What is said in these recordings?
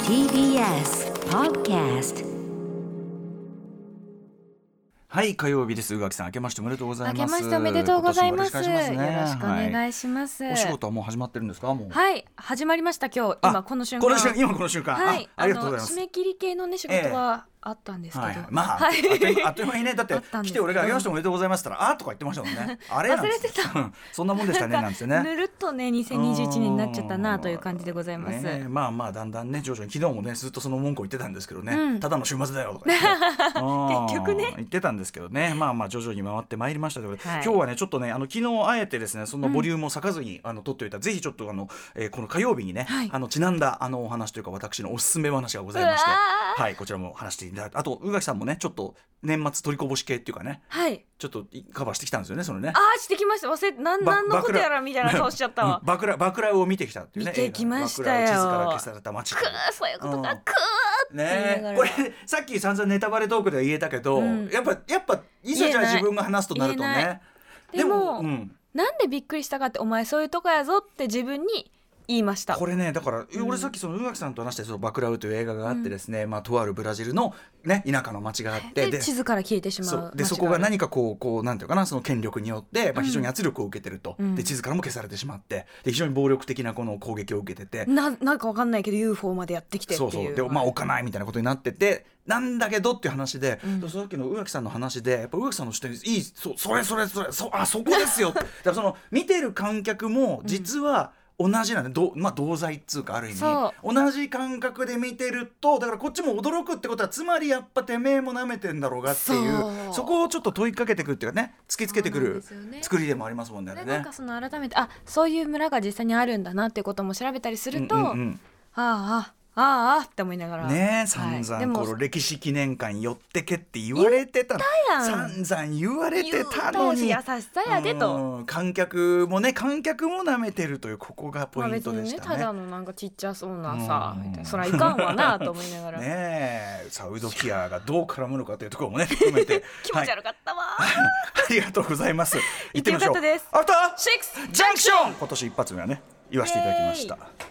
TBS Podcast。 はい、火曜日です。宇垣さん、明けましておめでとうございます。 明けましておめでとうございます。 今年もよろしくお願いしますね。 よろしくお願いします。 お仕事はもう始まってるんですか？もう。 はい、始まりました。今この瞬間。 今この瞬間。 はい、 ありがとうございます。 締め切り系のね仕事はあったんですけど、 まあ、あっという間にね、だって来て俺が明けましておめでとうございますって言ったらとか言ってましたもんね。あれ忘れてた。 そんなもんでしたねなんてね。 ぬるっとね2021年になっちゃったなという感じでございます。 まあまあだんだんね徐々に昨日もねずっとその文句を言ってたんですけどね。ただの週末だよとか言って結局ね言ってたんですけどね。まあまあ徐々に回ってまいりましたけど、今日はねちょっとね昨日あえてですねそのボリュームを割かずに撮っておいたぜひちょっとこの火曜日にねちなんだお話というか私のおすすめ話がございまして、はいこちらも話していただいて、あと宇垣さんもねちょっと年末取りこぼし系っていうかね、ちょっとカバーしてきたんですよねそのね。 してきました。何のことやらみたいな顔しちゃったわ。 バクラウを見てきたっていうね。 見てきましたよ。 地図から消された街。 そういうことか。 ね、これさっき散々ネタバレトークでは言えたけど、やっぱいざじゃあ自分が話すとなるとね。 でも、なんでびっくりしたかって、お前そういうとこやぞって自分に言いました。 これねだから、俺さっきその宇垣さんと話してそのバクラウという映画があってですね、とあるブラジルのね田舎の町があって、 で地図から消えてしまう。 そこが何かこうなんていうかな、その権力によって、非常に圧力を受けてると、で地図からも消されてしまって、で非常に暴力的なこの攻撃を受けてて、 なんかわかんないけど UFO までやってきてっていう。 そうで置かないみたいなことになってて、なんだけどっていう話で、さっきの宇垣さんの話でやっぱ宇垣さんの視点いいそれそこですよだからその見てる観客も実は、同じなんで同罪っつうか、ある意味同じ感覚で見てると、だからこっちも驚くってことはつまりやっぱてめえも舐めてんだろうがっていう、そこをちょっと問いかけてくるっていうかね、突きつけてくる作りでもありますもんね。 なんかその改めてそういう村が実際にあるんだなっていうことも調べたりすると、って思いながらね、散々この歴史記念館寄ってけって言われてたの、散々言われてたのに、 優しさやでと、 観客も舐めてるという、ここがポイントでしたね。 ただのなんかちっちゃそうなさ、そらいかんわなと思いながらね、サウドキアがどう絡むのかというところもね含めて気持ち悪かったわ、 ありがとうございます。 行ってみましょう。 アフターシックスジャンクション、今年一発目はね言わせていただきました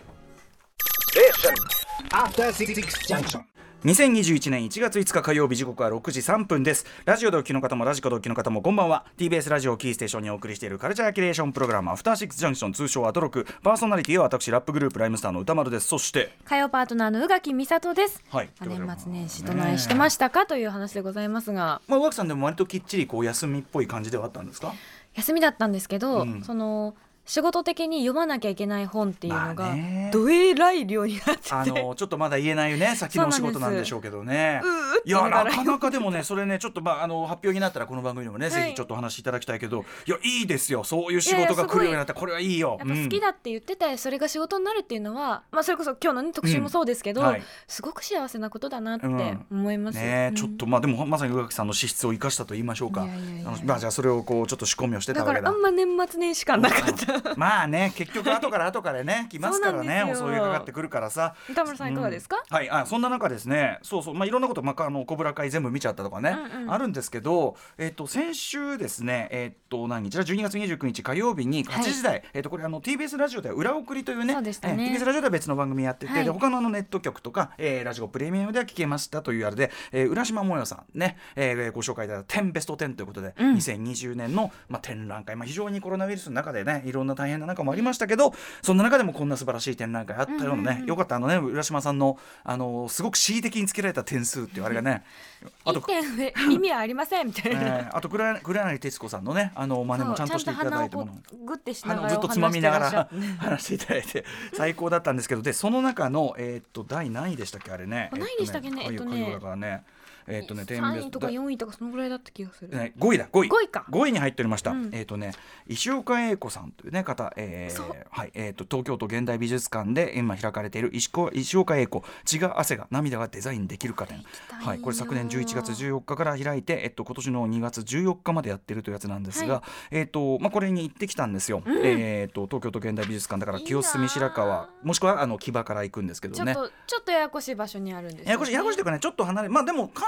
。2021年1月5日火曜日、時刻は6時3分です。ラジオでお聞きの方もラジコでお聞きの方もこんばんは。 TBS ラジオキーステーションにお送りしているカルチャーキュレーションプログラム、アフターシックスジャンクション、通称アトロク。パーソナリティは私ラップグループライムスターの歌丸です。そして火曜パートナーの宇垣美里です。年末年始どないしてましたかという話でございますが、 宇垣さんでも割ときっちりこう休みっぽい感じではあったんですか？ 休みだったんですけど、その仕事的に読まなきゃいけない本っていうのがどえらい量になってて、ちょっとまだ言えないね先のお仕事なんでしょうけどね。いやなかなかでもねそれねちょっと発表になったらこの番組でもね、ぜひちょっとお話しいただきたいけど、いやいいですよ、そういう仕事が来るようになったらこれはいいよ。 やっぱ好きだって言ってて、それが仕事になるっていうのは、それこそ今日の、ね、特集もそうですけど、すごく幸せなことだなって思います、 ちょっとでもまさに宇垣さんの資質を生かしたと言いましょうか。じゃあそれをこうちょっと仕込みをしてたわけだ。 だからあんま年末年始感なかったまあね結局後からね来ますからね、おそういうかかってくるからさ。 歌村さんいかがですか？ そんな中ですね、いろんなこと小倉会全部見ちゃったとかね、あるんですけど、先週ですね何日だ、12月29日火曜日に8時台、これTBS ラジオでは裏送りというね、TBS ラジオでは別の番組やってて、で他のネット局とか、ラジオプレミアムでは聞けましたというあれで、浦島もよさんね、ご紹介いただいた10ベスト10ということで、2020年の、展覧会、非常にコロナウイルスの中でねいろんな大変な中もありましたけど、そんな中でもこんな素晴らしい展覧会あったようなね、よかった浦島さんのすごく恣意的につけられた点数っていうあれがね、 あと1点上意味はありませんみたいな、 あと黒柳徹子さんのね真似もちゃんとしていただいてものグッてしながらずっとつまみながら話していただいて最高だったんですけど、でその中の第何位でしたっけあれね、 何位でしたっけね、 だからね 3位とか4位とかそのぐらいだった気がする、 5位だ、5位に入っておりました、石岡英子さんというね方、東京都現代美術館で今開かれている石岡英子血が汗が涙がデザインできるか展、これ昨年11月14日から開いて、今年の2月14日までやってるというやつなんですが、これに行ってきたんですよ、東京都現代美術館だから清澄白河もしくは木場から行くんですけどね、 ちょっとややこしい場所にあるんですよね。 ややこしいというかねちょっと離れ、でも関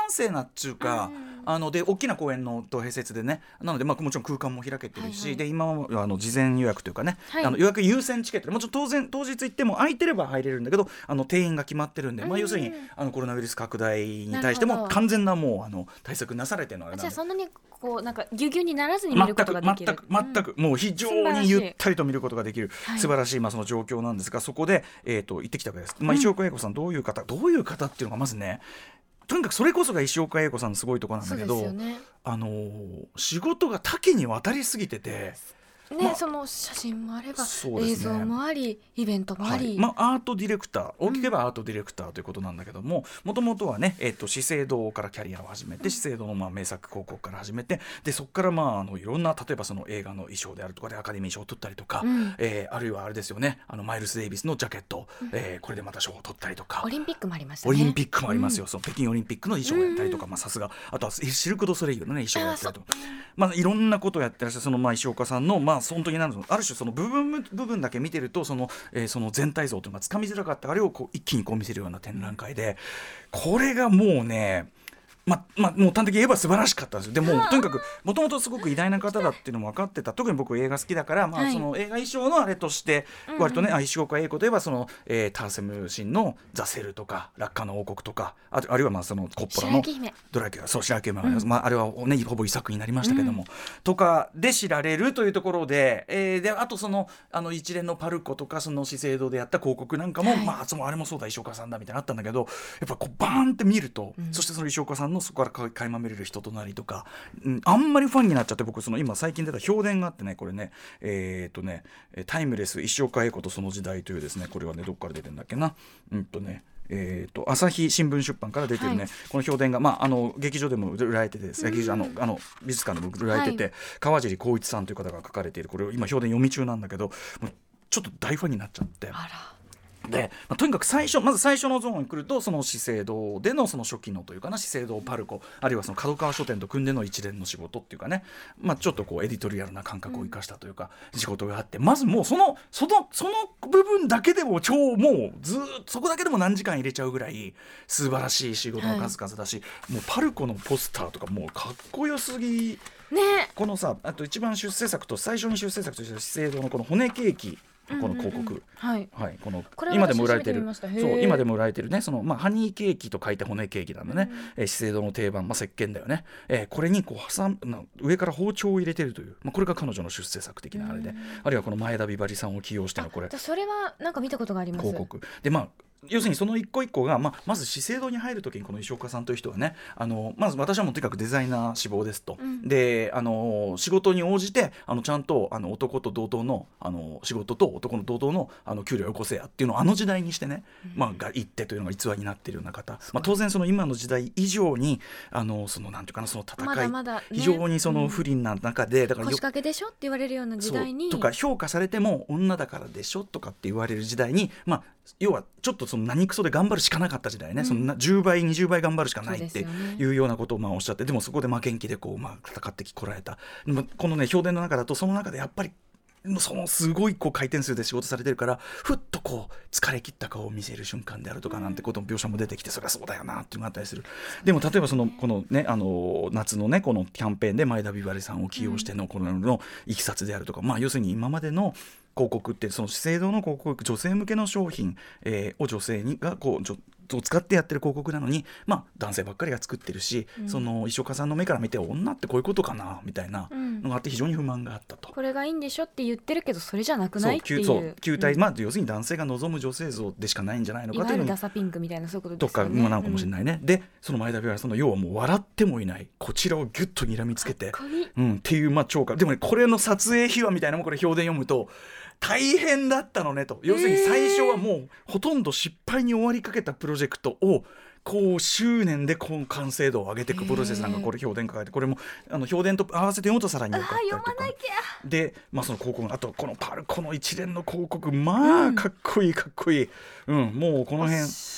閑静なっていうか、で大きな公園のと併設でね、なので、もちろん空間も開けてるし、で今は事前予約というかね、予約優先チケットでもちろん当日行っても空いてれば入れるんだけど、定員が決まってるんで、要するにコロナウイルス拡大に対しても完全なもう対策なされてるので、 じゃあそんなにこうなんかぎゅうぎゅうにならずに見ることができる、 全くもう非常にゆったりと見ることができる素晴らしい、その状況なんですが、そこで、行ってきたわけです。石岡英子さんどういう方っていうのがまずね、とにかくそれこそが石岡英子さんのすごいところなんだけど、仕事が多岐にわたりすぎてて。 その写真もあれば、映像もありイベントもあり、 アートディレクター、大きく言えばアートディレクターということなんだけども、もともとはね、資生堂からキャリアを始めて、資生堂の名作広告から始めて、でそこからいろんな、例えばその映画の衣装であるとかでアカデミー賞を取ったりとか、あるいはあれですよね、マイルス・デイビスのジャケット、これでまた賞を取ったりとか、 オリンピックもありましたね。 オリンピックもありますよ、その北京オリンピックの衣装をやったりとか、さすが、あとはシルク・ドゥ・ソレイユの、ね、衣装をやったりとか、いろんなことをやってらっしゃるその石岡さんの、本当にある種その部分だけ見てるとその全体像というのがつかみづらかったあれを一気に見せるような展覧会で、これがもうね、もう端的に言えば素晴らしかったんですよ。でもとにかくもともとすごく偉大な方だっていうのも分かってた。特に僕映画好きだから、その映画衣装のあれとして割とね、石岡英子といえばその、ターセムシンのザ・セルとか落下の王国とか、あるいはそのコッポラのドラキュラ、そう白雪姫、あれはねほぼ遺作になりましたけども、とかで知られるというところで、であとその一連のパルコとかその資生堂でやった広告なんかも、あれもそうだ石岡さんだみたいなのあったんだけど、やっぱこうバーンって見ると、そしてその石岡さんのそこから垣間見れる人となりとか、あんまりファンになっちゃって、僕その今最近出た評伝があってね、これねタイムレス石岡英子とその時代というですね、これはねどっから出てんだっけな、朝日新聞出版から出てるね、この評伝が、劇場でも売られててですね、劇場美術館でも売られてて、川尻光一さんという方が書かれている、これを今評伝読み中なんだけど、もうちょっと大ファンになっちゃって。でとにかくまず最初のゾーンに来ると、その資生堂でのその初期のというかな、資生堂パルコ、あるいはその角川書店と組んでの一連の仕事っていうかね、ちょっとこうエディトリアルな感覚を生かしたというか、仕事があって、まずもうその部分だけでももうずっとそこだけでも何時間入れちゃうぐらい素晴らしい仕事の数々だし、もうパルコのポスターとかもうかっこよすぎね。このさ、あと一番出世作と最初に出世作として資生堂のこの骨ケーキ、この広告、この今でも売られてる、今でも売られてるね、そのハニーケーキと書いて骨ケーキなんだね、資生堂の定番、石鹸だよね、これにこう上から包丁を入れてるという、これが彼女の出世作的なあれで、あるいはこの前田美波里さんを起用してのこれ、 それはなんか見たことがあります。 広告で、要するにその一個一個が、まず資生堂に入るときにこの石岡さんという人はね、まず私はもうとにかくデザイナー志望ですと、で仕事に応じてちゃんと男と同等の仕事と男の同等の給料をよこせやっていうのを時代にしてね、が言ってというのが逸話になっているような方、当然その今の時代以上にそのなんていうかな、その戦い、 まだ非常にその不倫な中で、だから腰掛けでしょって言われるような時代にとか評価されても女だからでしょとかって言われる時代に、要はちょっとその何クソで頑張るしかなかった時代ね、そんな10倍20倍頑張るしかないっていうようなことをおっしゃって、でもそこで負けん気でこう戦ってこられた。このね評伝の中だと、その中でやっぱりそのすごいこう回転数で仕事されてるから、ふっとこう疲れ切った顔を見せる瞬間であるとかなんてことの描写も出てきて、そりゃそうだよなっていうのがあったりする。でも例えばこのね夏のねこのキャンペーンで前田美波里さんを起用してのこのいきさつであるとか、要するに今までの広告って、その資生堂の広告、女性向けの商品、を女性がこうを使ってやってる広告なのに、男性ばっかりが作ってるし、その石岡さんの目から見て女ってこういうことかなみたいなのがあって、非常に不満があったと。 これがいいんでしょって言ってるけど、それじゃなくないっていう、 球体、要するに男性が望む女性像でしかないんじゃないのかというのに、いわゆるダサピンクみたいな、そういうことですよねとかなのかもしれないね、でその前田美波里さんの要はもう笑ってもいないこちらをギュッと睨みつけてっていう超過でもね、これの撮影秘話みたいなのもこれ評伝読むと大変だったのねと。要するに最初はもうほとんど失敗に終わりかけたプロジェクトをこう執念でこう完成度を上げていくプロセスなんか、これ評伝書いて、これも評伝と合わせて読むとさらによかったりとか、 読まなきゃで、その広告、あとこのパルコの一連の広告、かっこいいかっこいい、もうこの辺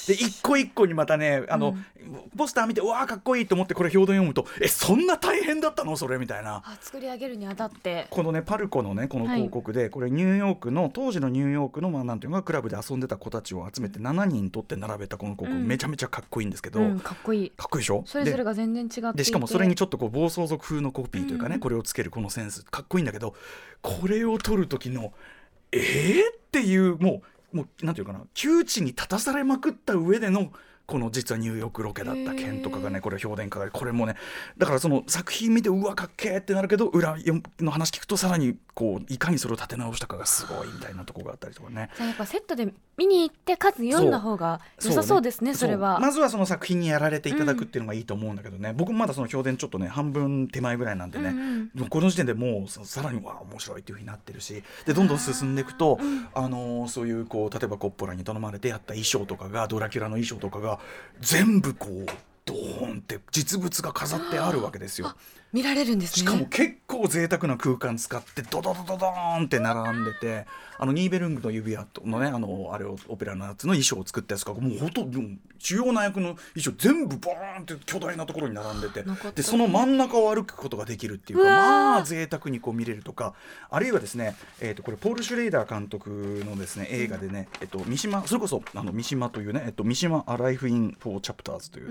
で一個一個にまたねポスター見てうわーかっこいいと思ってこれ評論読むとそんな大変だったのそれみたいな。 作り上げるにあたってこのねパルコのねこの広告で、これニューヨークの当時のニューヨークのなんていうのかクラブで遊んでた子たちを集めて7人取って並べたこの広告、めちゃめちゃかっこいいんですけど、 かっこいいでしょ。 それぞれが全然違っていてでしかもそれにちょっとこう暴走族風のコピーというかね、これをつけるこのセンスかっこいいんだけど、これを撮る時のっていうもうなんていうかな、窮地に立たされまくった上でのこの実はニューヨークロケだった件とかがね、これ評伝家がこれもね、だからその作品見てうわかっけーってなるけど裏の話聞くとさらにこういかにそれを立て直したかがすごいみたいなところがあったりとかね。 やっぱセットで見に行ってかつ読んだ方が良さそうですね。それはまずはその作品にやられていただくっていうのがいいと思うんだけどね、僕まだその評伝ちょっとね半分手前ぐらいなんでね、この時点でもうさらに面白いっていう風になってるし、でどんどん進んでいくとそういうこう例えばコッポラに頼まれてやった衣装とかがドラキュラの衣装とかが全部こうドーンって実物が飾ってあるわけですよ。 見られるんですね。 しかも結構贅沢な空間使ってドドドドドーンって並んでて、ニーベルングの指輪のねあれをオペラのやつの衣装を作ったやつがもうほとんど主要な役の衣装全部ボーンって巨大なところに並んでて、でその真ん中を歩くことができるっていうか、まあ贅沢にこう見れるとか、あるいはですね、これポール・シュレイダー監督のですね映画でね、三島それこそ三島というね、三島アライフ・イン・フォー・チャプターズという、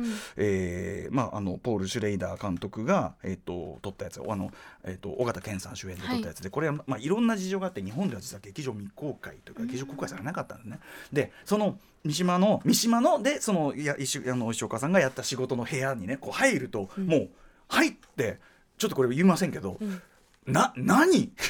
ポール・シュレイダー監督が撮ったやつ、尾形健さん主演で撮ったやつで、これは、いろんな事情があって日本では実は劇場未公開というか劇場公開されなかったんですね。でその三島のでその石岡さんがやった仕事の部屋にねこう入ると、もう入ってちょっとこれ言いませんけど、何な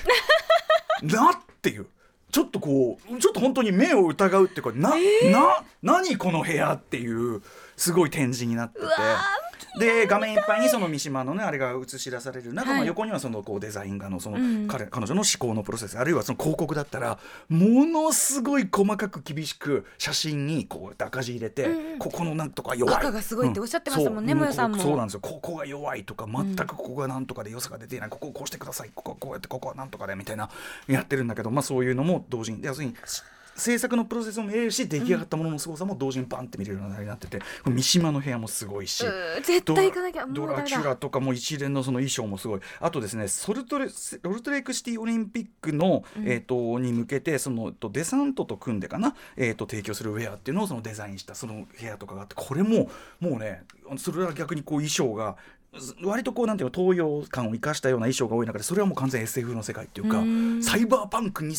っていうちょっと本当に目を疑うっていうか何この部屋っていうすごい展示になってて、で画面いっぱいにその三島のねあれが映し出される中、横にはそのこうデザイン画の彼女の思考のプロセス、あるいはその広告だったらものすごい細かく厳しく写真にこうやって赤字入れて、ここのなんとか弱い赤がすごいっておっしゃってましたもんね、もよさんも。 そうなんですよ、ここが弱いとか全くここがなんとかで良さが出ていない、ここをこうしてください、ここやってここはなんとかでみたいなやってるんだけど、そういうのも同時に要するに制作のプロセスも見れるし、出来上がったものの凄さも同時にバンって見れるようになってて、三島の部屋もすごいし、 絶対行かなきゃ。 ドラキュラとかも一連のその衣装もすごい。あとですねロルトレイクシティオリンピックの、に向けてそのデサントと組んでかな、提供するウェアっていうのをそのデザインしたその部屋とかがあって、これもうねそれは逆にこう衣装が割とこうなんていうの東洋感を生かしたような衣装が多い中で、それはもう完全 SF の世界っていうかサイバーパンク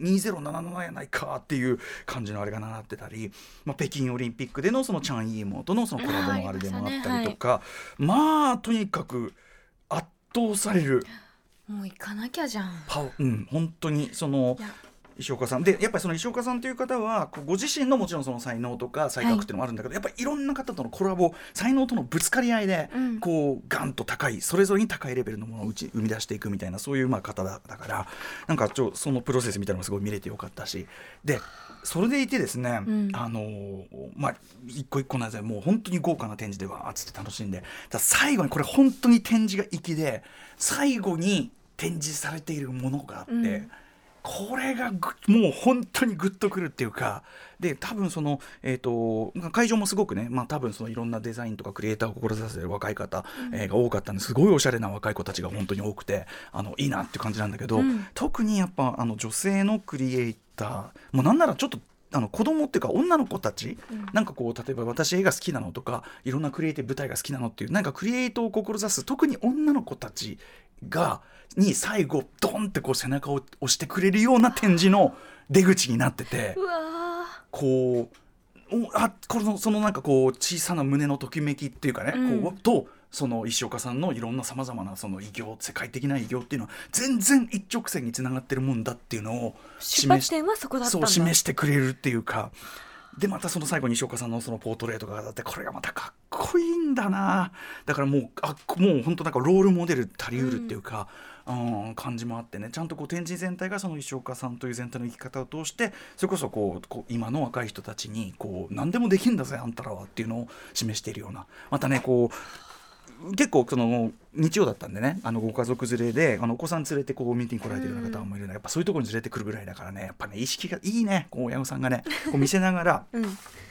2077やないかっていう感じのあれが習ってたり、北京オリンピックでのそのチャン・イーモーとのそのコラボのあれでもあったりとか、とにかく圧倒される。 もう行かなきゃじゃん。 本当にその石岡さんで、やっぱりその石岡さんという方はご自身のもちろんその才能とか才覚っていうのもあるんだけど、やっぱりいろんな方とのコラボ、才能とのぶつかり合いでこうガンと高いそれぞれに高いレベルのものを生み出していくみたいな、そういう方だから、なんかそのプロセスみたいなのがすごい見れてよかったし、でそれでいてですね、一個一個のやつでもう本当に豪華な展示でわーっつって楽しんで、最後にこれ本当に展示が粋で、最後に展示されているものがあって、これがもう本当にグッとくるっていうか、で多分その、会場もすごくね、多分そのいろんなデザインとかクリエイターを志している若い方、が多かったんですごいおしゃれな若い子たちが本当に多くていいなっていう感じなんだけど、特にやっぱ女性のクリエイターもうなんならちょっと子供っていうか女の子たち、なんかこう例えば私絵が好きなのとかいろんなクリエイティブ舞台が好きなのっていうなんかクリエイトを志す特に女の子たちに最後ドンってこう背中を押してくれるような展示の出口になってて、このそのなんかこう小さな胸のときめきっていうかね、とその石岡さんのいろんなさまざまなその偉業、世界的な偉業っていうのは全然一直線につながってるもんだっていうのを出発点はそこだったんだ。 示してくれるっていうか、でまたその最後に石岡さんのそのポートレートがあって、これがまたかっこいいんだな。だからもう本当なんかロールモデル足りうるっていうか、感じもあってね、ちゃんとこう展示全体がその石岡さんという全体の生き方を通して、それこそこう今の若い人たちにこう何でもできるんだぜあんたらはっていうのを示しているような、またねこう結構その日曜だったんでね、ご家族連れでお子さん連れてこうミーティング来られてるような方もいるので、やっぱそういうところに連れてくるぐらいだからね、やっぱね意識がいいね、こう親御さんがねこう見せながら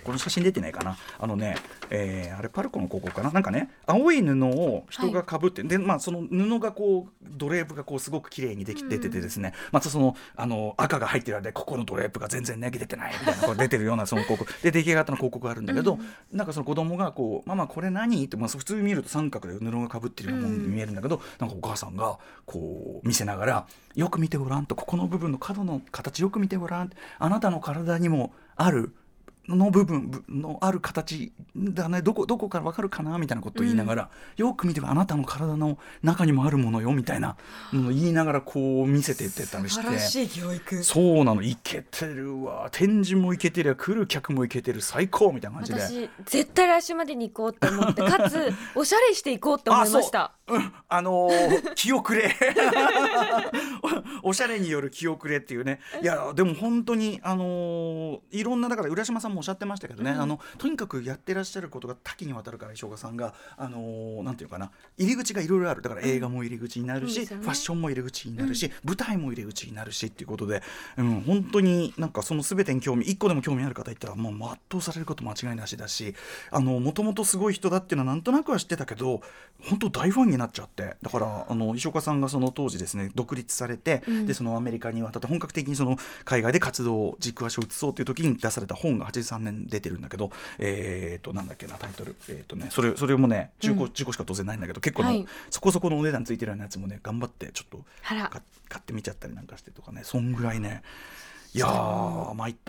この写真出てないかな、あれパルコの高校かな、なんかね青い布を人がかぶって、でその布がこうドレープがこうすごく綺麗に出ててですね、またその赤が入ってる間でここのドレープが全然出てないみたいなこう出てるようなその広告で出来上がったの広告があるんだけど、なんかその子供がこうママこれ何って、普通に見ると三角で布がかぶってるようなものに見えるんだけど、なんかお母さんがこう見せながらよく見てごらんと、ここの部分の角の形よく見てごらん、あなたの体にもあるの部分のある形だね、どこから分かるかなみたいなことを言いながら、よく見てあなたの体の中にもあるものよみたいなのを言いながらこう見せていってたりして、 素晴らしい教育。 そうなの、いけてるわ、展示もいけてる、来る客もいけてる、最高みたいな感じで、 私絶対来週までに行こうって思ってかつおしゃれしていこうって思いました。 気遅れおしゃれによる気遅れっていうね。いやでも本当にいろんな、だから浦島さんもおっしゃってましたけどね、とにかくやってらっしゃることが多岐にわたるから、石岡さんがなんていうかな、入り口がいろいろある。だから映画も入り口になるし、ファッションも入り口になるし、舞台も入り口になるしっていうことで、本当になんかその全てに興味、一個でも興味ある方いったらもう圧倒されること間違いなしだし、もともとすごい人だっていうのはなんとなくは知ってたけど、本当大ファンになっちゃって、だから石岡さんがその当時ですね独立されて、でそのアメリカに渡って本格的にその海外で活動を軸足を移そうという時に出された本が83年出てるんだけど、なんだっけなタイトル、それもね中古しか当然ないんだけど、結構そこそこのお値段ついてるようなやつもね頑張ってちょっと買ってみちゃったりなんかしてとかね、そんぐらいね、いやー参った。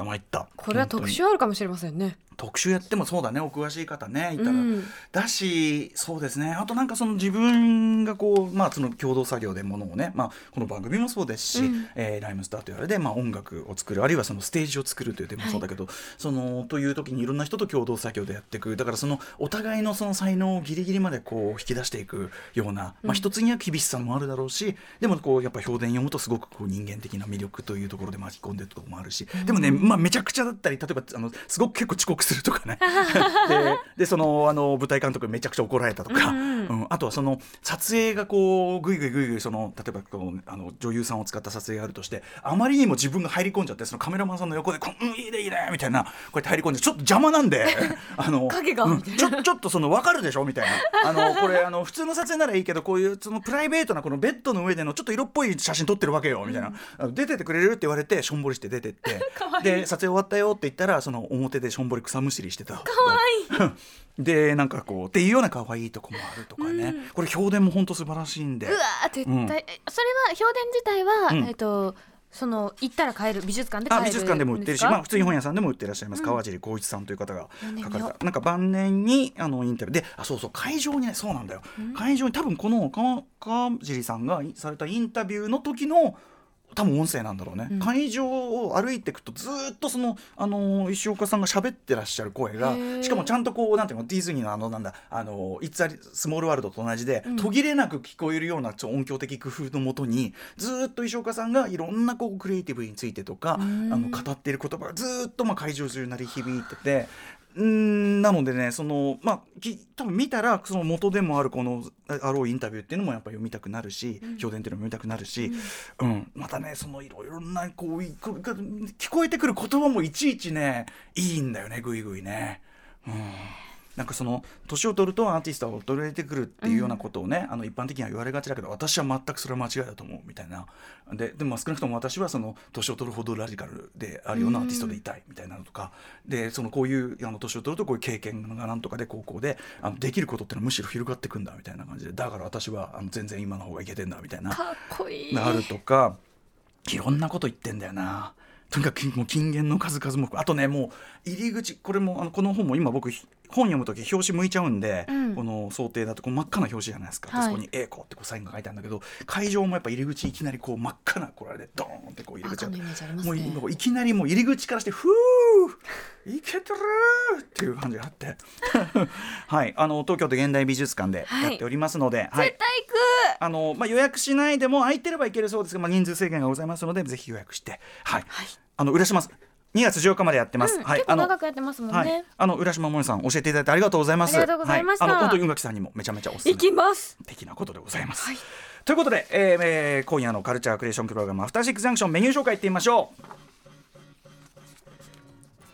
これは特集あるかもしれませんね。 特集やってもそうだね、お詳しい方ねいたら、だし、そうですね、あとなんかその自分がこう、その共同作業でものをね、この番組もそうですし、ライムスターというあれで、音楽を作る、あるいはそのステージを作るという点もそうだけど、そのという時にいろんな人と共同作業でやっていく、だからそのお互いのその才能をギリギリまでこう引き出していくような、一つには厳しさもあるだろうし、でもこうやっぱ評伝読むとすごくこう人間的な魅力というところで巻き込んでいるところもあるし、でもね、めちゃくちゃだったり、例えばすごく結構遅刻するとかねでその舞台監督にめちゃくちゃ怒られたとか、あとはその撮影がこうぐいぐいその例えばこう女優さんを使った撮影があるとして、あまりにも自分が入り込んじゃって、そのカメラマンさんの横でいいねみたいなこうやって入り込んでちょっと邪魔なんで影がみたいな、 ちょっとその分かるでしょみたいな、これ普通の撮影ならいいけど、こういうそのプライベートなこのベッドの上でのちょっと色っぽい写真撮ってるわけよみたいな、出ててくれるって言われてしょんぼりして出てってで撮影終わったよって言ったら、その表でしょんぼり草むしりしてたかわいいでなんかこうっていうような可愛いとこもあるとかね、これ評伝も本当素晴らしいんで、 うわ絶対、それは評伝自体は、その行ったら買える美術館で買えるんですか？ 美術館でも売ってるし、普通に本屋さんでも売ってらっしゃいます、川尻浩一さんという方が書かれた、なんか晩年にインタビューで、そう会場にね、そうなんだよ、会場に多分この川尻さんがされたインタビューの時の多分音声なんだろうね、会場を歩いていくとずっとその石岡さんが喋ってらっしゃる声が、しかもちゃんとこうなんていうの、ディズニーのなんだIt's a Small Worldと同じで、途切れなく聞こえるような音響的工夫のもとにずっと石岡さんがいろんなこうクリエイティブについてとか語っている言葉がずっと会場中鳴り響いてて、なのでね、その多分見たらその元でもあるこのあろうインタビューっていうのもやっぱ読みたくなるし、評伝っていうのも読みたくなるし、またね、そのいろいろなこう聞こえてくる言葉もいちいちねいいんだよね、ぐいぐいね。なんかその年を取るとアーティストは衰えてくるっていうようなことをね、一般的には言われがちだけど、私は全くそれは間違いだと思うみたいな。でも少なくとも私はその年を取るほどラジカルであるようなアーティストでいたいみたいなのとかで、そのこういう年を取るとこういう経験がなんとかで高校でできることってのはむしろ広がっていくんだみたいな感じで、だから私は全然今の方がいけてんだみたいな、 かっこいいあるとか、いろんなこと言ってんだよな。とにかくもう金言の数々も、あとね、もう入り口、これもこの本も今僕本読むとき表紙向いちゃうんで、この想定だとこう真っ赤な表紙じゃないですか、そこに栄光ってこうサインが書いてあるんだけど、会場もやっぱ入り口いきなりこう真っ赤なこれでドーンってこう入り口もういきなりもう入り口からしてふーいけてるっていう感じがあってはい東京都現代美術館でやっておりますので、 絶対行く。 予約しないでも空いてれば行けるそうですが、人数制限がございますのでぜひ予約して、浦島2月14日までやってます。 結構長くやってますもんね。 浦島萌音さん教えていただいてありがとうございます。 ありがとうございました。 本当に宇垣さんにもめちゃめちゃおすすめ行きます的なことでございます。ということで、今夜のカルチャークリエーションプログラムアフターシックスジャンクションメニュー紹介いってみましょう。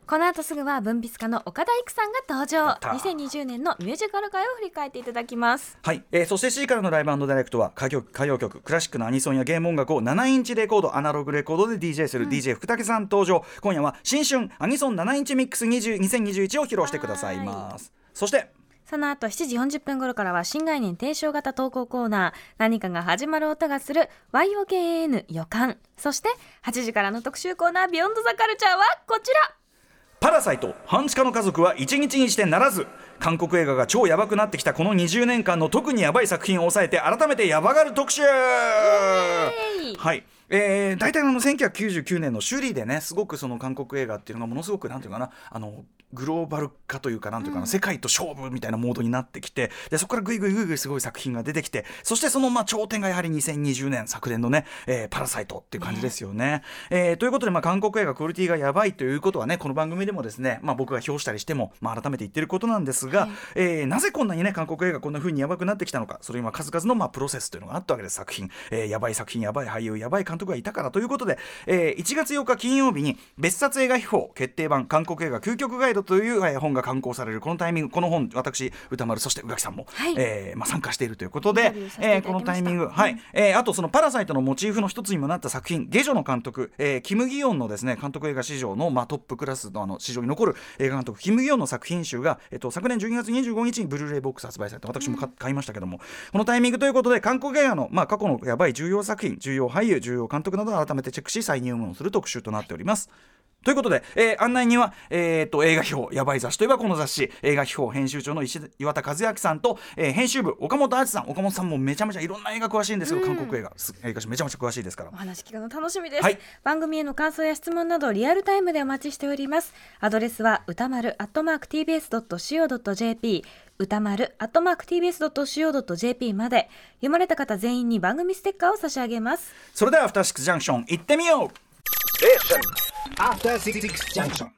この後すぐは文筆家の岡田育さんが登場。2020年のミュージカル界を振り返っていただきます。 はい、そして C からのライブ&ダイレクトは歌謡曲、クラシックのアニソンやゲーム音楽を7インチレコード、アナログレコードで DJ する DJ 福武さん登場。今夜は新春アニソン7インチミックス2021を披露してくださいます。そしてその後7時40分頃からは新概念提唱型投稿コーナー、何かが始まる音がする YOKAN 予感。そして8時からの特集コーナービヨンドザカルチャーはこちら。 パラサイト半地下の家族は一日にしてならず。韓国映画が超ヤバくなってきたこの20年間の特にヤバい作品を抑えて改めてヤバがる特集。はい、大体1999年のシュリーでね、すごくその韓国映画っていうのがものすごくなんていうかな、グローバル化というかなんていうかな、世界と勝負みたいなモードになってきて、でそこからグイグイすごい作品が出てきて、そしてその頂点がやはり2020年昨年のね、パラサイトっていう感じですよね。ということで韓国映画クオリティがやばいということはね、この番組でもですね、僕が評したりしても、改めて言ってることなんですが、なぜこんなにね韓国映画こんな風にやばくなってきたのか、それには数々のプロセスというのがあったわけです。作品、やばい作品、やばい俳優、やばい監督がいたからということで、1月8日金曜日に別冊映画秘宝決定版韓国映画究極ガイドという、本が刊行されるこのタイミング、この本私歌丸そして宇垣さんも、参加しているということで、このタイミング、あとそのパラサイトのモチーフの一つにもなった作品、ゲジョの監督、キム・ギヨンのですね監督映画史上の、トップクラスの史上に残る映画監督キム・ギヨンの作品集が、昨年12月25日にブルーレイボックス発売されて、私も買いましたけども、このタイミングということで韓国映画の、過去のやばい重要作品、重要俳優、重要監督などを改めてチェックし再入門する特集となっております。ということで、案内には、映画秘宝やばい雑誌といえばこの雑誌、映画秘宝編集長の岩田和明さんと、編集部岡本敦さん。岡本さんもめちゃめちゃいろんな映画詳しいんですよ。韓国映画めちゃめちゃ詳しいですから、 お話聞くの楽しみです。番組への感想や質問などリアルタイムでお待ちしております。アドレスは歌丸@tbs.co.jp、歌丸@tbs.co.jp まで。読まれた方全員に番組ステッカーを差し上げます。 それではアフターシックスジャンクション行ってみよう。 After 66 junction.